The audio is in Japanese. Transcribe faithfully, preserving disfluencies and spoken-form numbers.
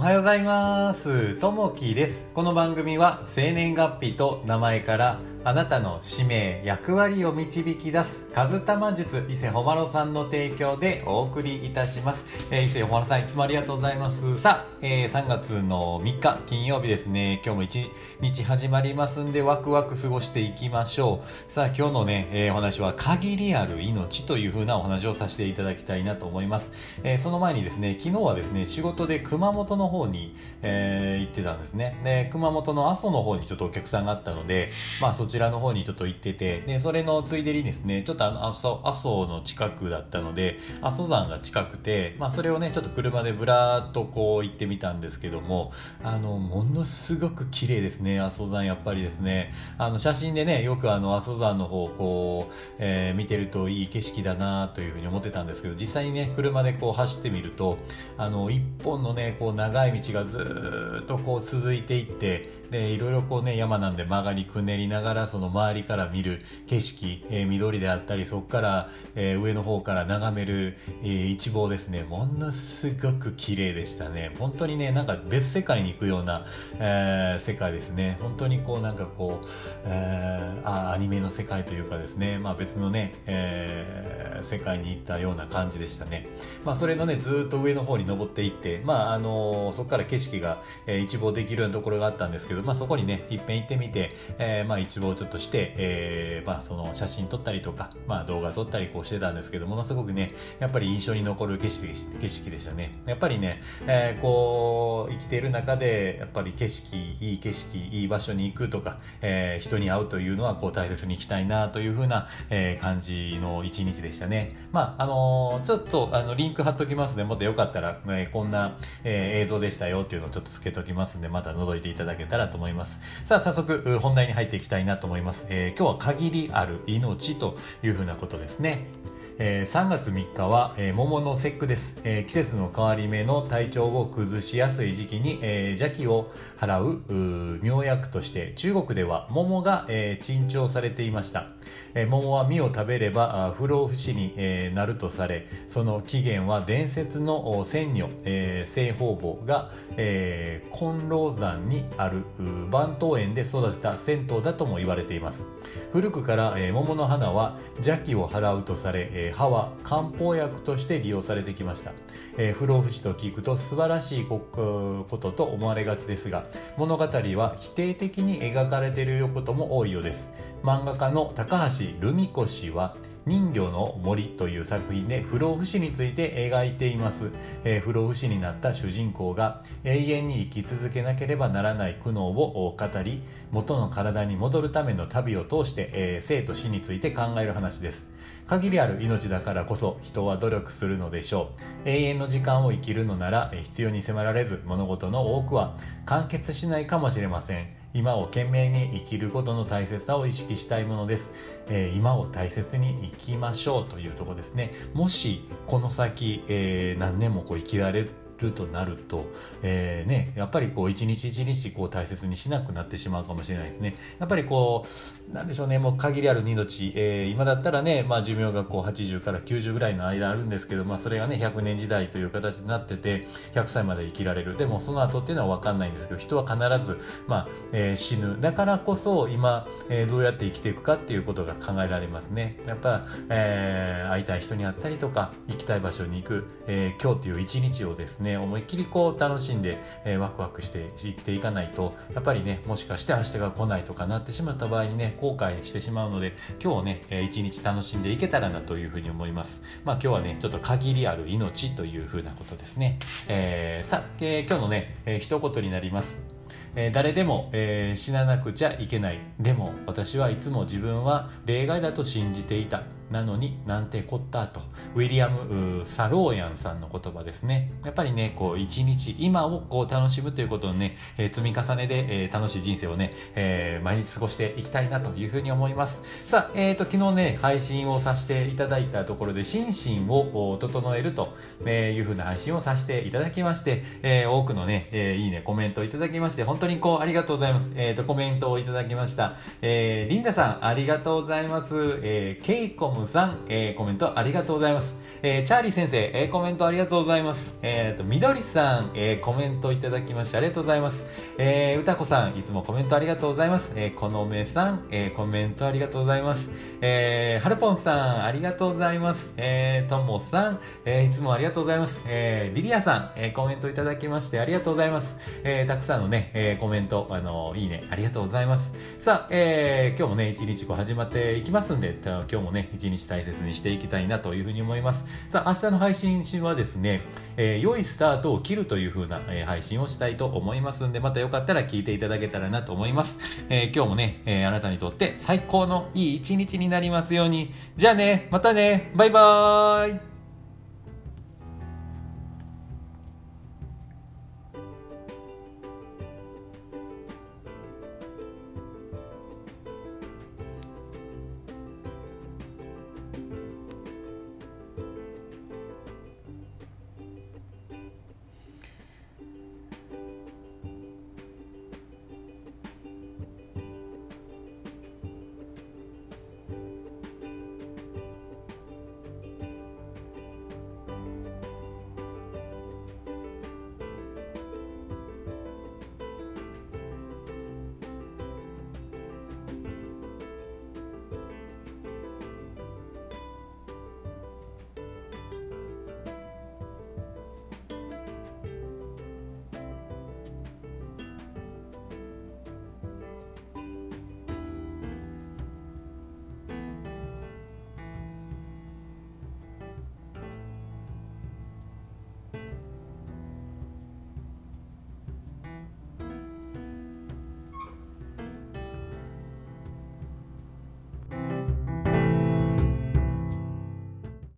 おはようございます。ともきです。この番組は生年月日と名前からあなたの使命、役割を導き出すカズタマ術伊勢ほまろさんの提供でお送りいたします。えー、伊勢ほまろさんいつもありがとうございます。さあ、えー、さんがつのみっか金曜日ですね。今日も一日始まりますんでワクワク過ごしていきましょう。さあ今日のね、えー、お話は限りある命という風なお話をさせていただきたいなと思います。えー、その前にですね、昨日はですね仕事で熊本の方に、えー、行ってたんですね。で熊本の阿蘇の方にちょっとお客さんがあったので、まあそちらの方にちょっと行ってて、でそれのついでにですねちょっとあの阿蘇、阿蘇の近くだったので阿蘇山が近くて、まあそれをねちょっと車でぶらーっとこう行ってみたんですけども、あのものすごく綺麗ですね。阿蘇山やっぱりですね、あの写真でねよくあの阿蘇山の方をこう、えー、見てるといい景色だなというふうに思ってたんですけど、実際にね車でこう走ってみると、あの一本のねこう長い道がずーっとこう続いていって、でいろいろこうね山なんで曲がりくねりながらその周りから見る景色、えー、緑であったりそこから、えー、上の方から眺める、えー、一望ですね、ものすごく綺麗でしたね。本当にねなんか別世界に行くような、えー、世界ですね。本当にこうなんかこう、えー、あアニメの世界というかですね、まあ別のね、えー、世界に行ったような感じでしたね。まあそれのねずっと上の方に登っていって、まああのー、そこから景色が、えー、一望できるようなところがあったんですけど、まあそこにねいっぺん行ってみて、えー、まあ一望ちょっとして、えー、まあその写真撮ったりとか、まあ動画撮ったりこうしてたんですけど、ものすごくねやっぱり印象に残る景色景色でしたね。やっぱりね、えー、こう生きている中でやっぱり景色いい景色いい場所に行くとか、えー、人に会うというのはこう大切にしたいなというふうな、えー、感じの一日でしたね。まああのー、ちょっとあのリンク貼っときますので、もっとよかったら、えー、こんな、えー、映像でしたよっていうのをちょっとつけときますんで、また覗いていただけたらと思います。さあ早速本題に入っていきたいなと思います。えー、今日は限りある命というふうなことですね。えー、さんがつみっかは、えー、桃の節句です。えー、季節の変わり目の体調を崩しやすい時期に、えー、邪気を払う、う妙薬として中国では桃が、えー、珍重されていました。えー、桃は実を食べれば不老不死に、えー、なるとされ、その起源は伝説の仙女、えー、聖方母が、えー、金籠山にある番頭園で育てた銭湯だとも言われています。古くから、えー、桃の花は邪気を払うとされ、えー、葉は漢方薬として利用されてきました。えー、不老不死と聞くと素晴らしいことと思われがちですが、物語は否定的に描かれていることも多いようです。漫画家の高橋留美子氏は人魚の森という作品で不老不死について描いています。えー、不老不死になった主人公が永遠に生き続けなければならない苦悩を語り、元の体に戻るための旅を通して、えー、生と死について考える話です。限りある命だからこそ人は努力するのでしょう。永遠の時間を生きるのなら必要に迫られず、物事の多くは完結しないかもしれません。今を懸命に生きることの大切さを意識したいものです。えー、今を大切に生きましょうというところですね。もしこの先、えー、何年もこう生きられるとなると、えーね、やっぱりこう一日一日こう大切にしなくなってしまうかもしれないですね。やっぱりこうなんでしょうね、もう限りある命、えー、今だったらね、まあ、寿命がこうはちじゅうからきゅうじゅうぐらいの間あるんですけど、まあ、それがねひゃくねん時代という形になっててひゃくさいまで生きられる。でもその後っていうのは分かんないんですけど、人は必ず、まあえー、死ぬ。だからこそ今、えー、どうやって生きていくかっていうことが考えられますね。やっぱ、えー、会いたい人に会ったりとか行きたい場所に行く、えー、今日という一日をですね思いっきりこう楽しんで、えー、ワクワクして生きていかないと、やっぱりねもしかして明日が来ないとかなってしまった場合にね後悔してしまうので、今日をね、えー、一日楽しんでいけたらなというふうに思います。まあ今日はねちょっと限りある命というふうなことですね。えー、さあ、えー、今日のね、えー、一言になります。えー、誰でも、えー、死ななくちゃいけない。でも私はいつも自分は例外だと信じていた。なのになんてこったと、ウィリアム・サローヤンさんの言葉ですね。やっぱりねこう一日今をこう楽しむということをね、えー、積み重ねで、えー、楽しい人生をね、えー、毎日過ごしていきたいなというふうに思います。さあ、えーと昨日ね配信をさせていただいたところで心身を整えるというふうな配信をさせていただきまして、えー、多くのね、えー、いいねコメントをいただきまして本当にこうありがとうございます。えーとコメントをいただきました。えー、リンダさんありがとうございます。えー、ケイコムムさん、えー、コメントありがとうございます。えー、チャーリー先生、えー、コメントありがとうございます。えーと、みどりさん、えー、コメントいただきましてありがとうございます。えー、うたこさん、いつもコメントありがとうございます。えー、このめさん、えー、コメントありがとうございます。えー、はるぽんさん、ありがとうございます。えー、ともさん、えー、いつもありがとうございます。えー、リリアさん、えー、コメントいただきましてありがとうございます。えー、たくさんのね、えー、コメント、あのー、いいね、ありがとうございます。さあ、えー、今日もね、一日こう始まっていきますんで、今日もね、一日大切にしていきたいなというふうに思います。さあ、明日の配信はですね、えー、良いスタートを切るという風な、えー、配信をしたいと思いますんで、またよかったら聞いていただけたらなと思います。えー、今日もね、えー、あなたにとって最高のいい一日になりますように。じゃあね、またね、バイバーイ。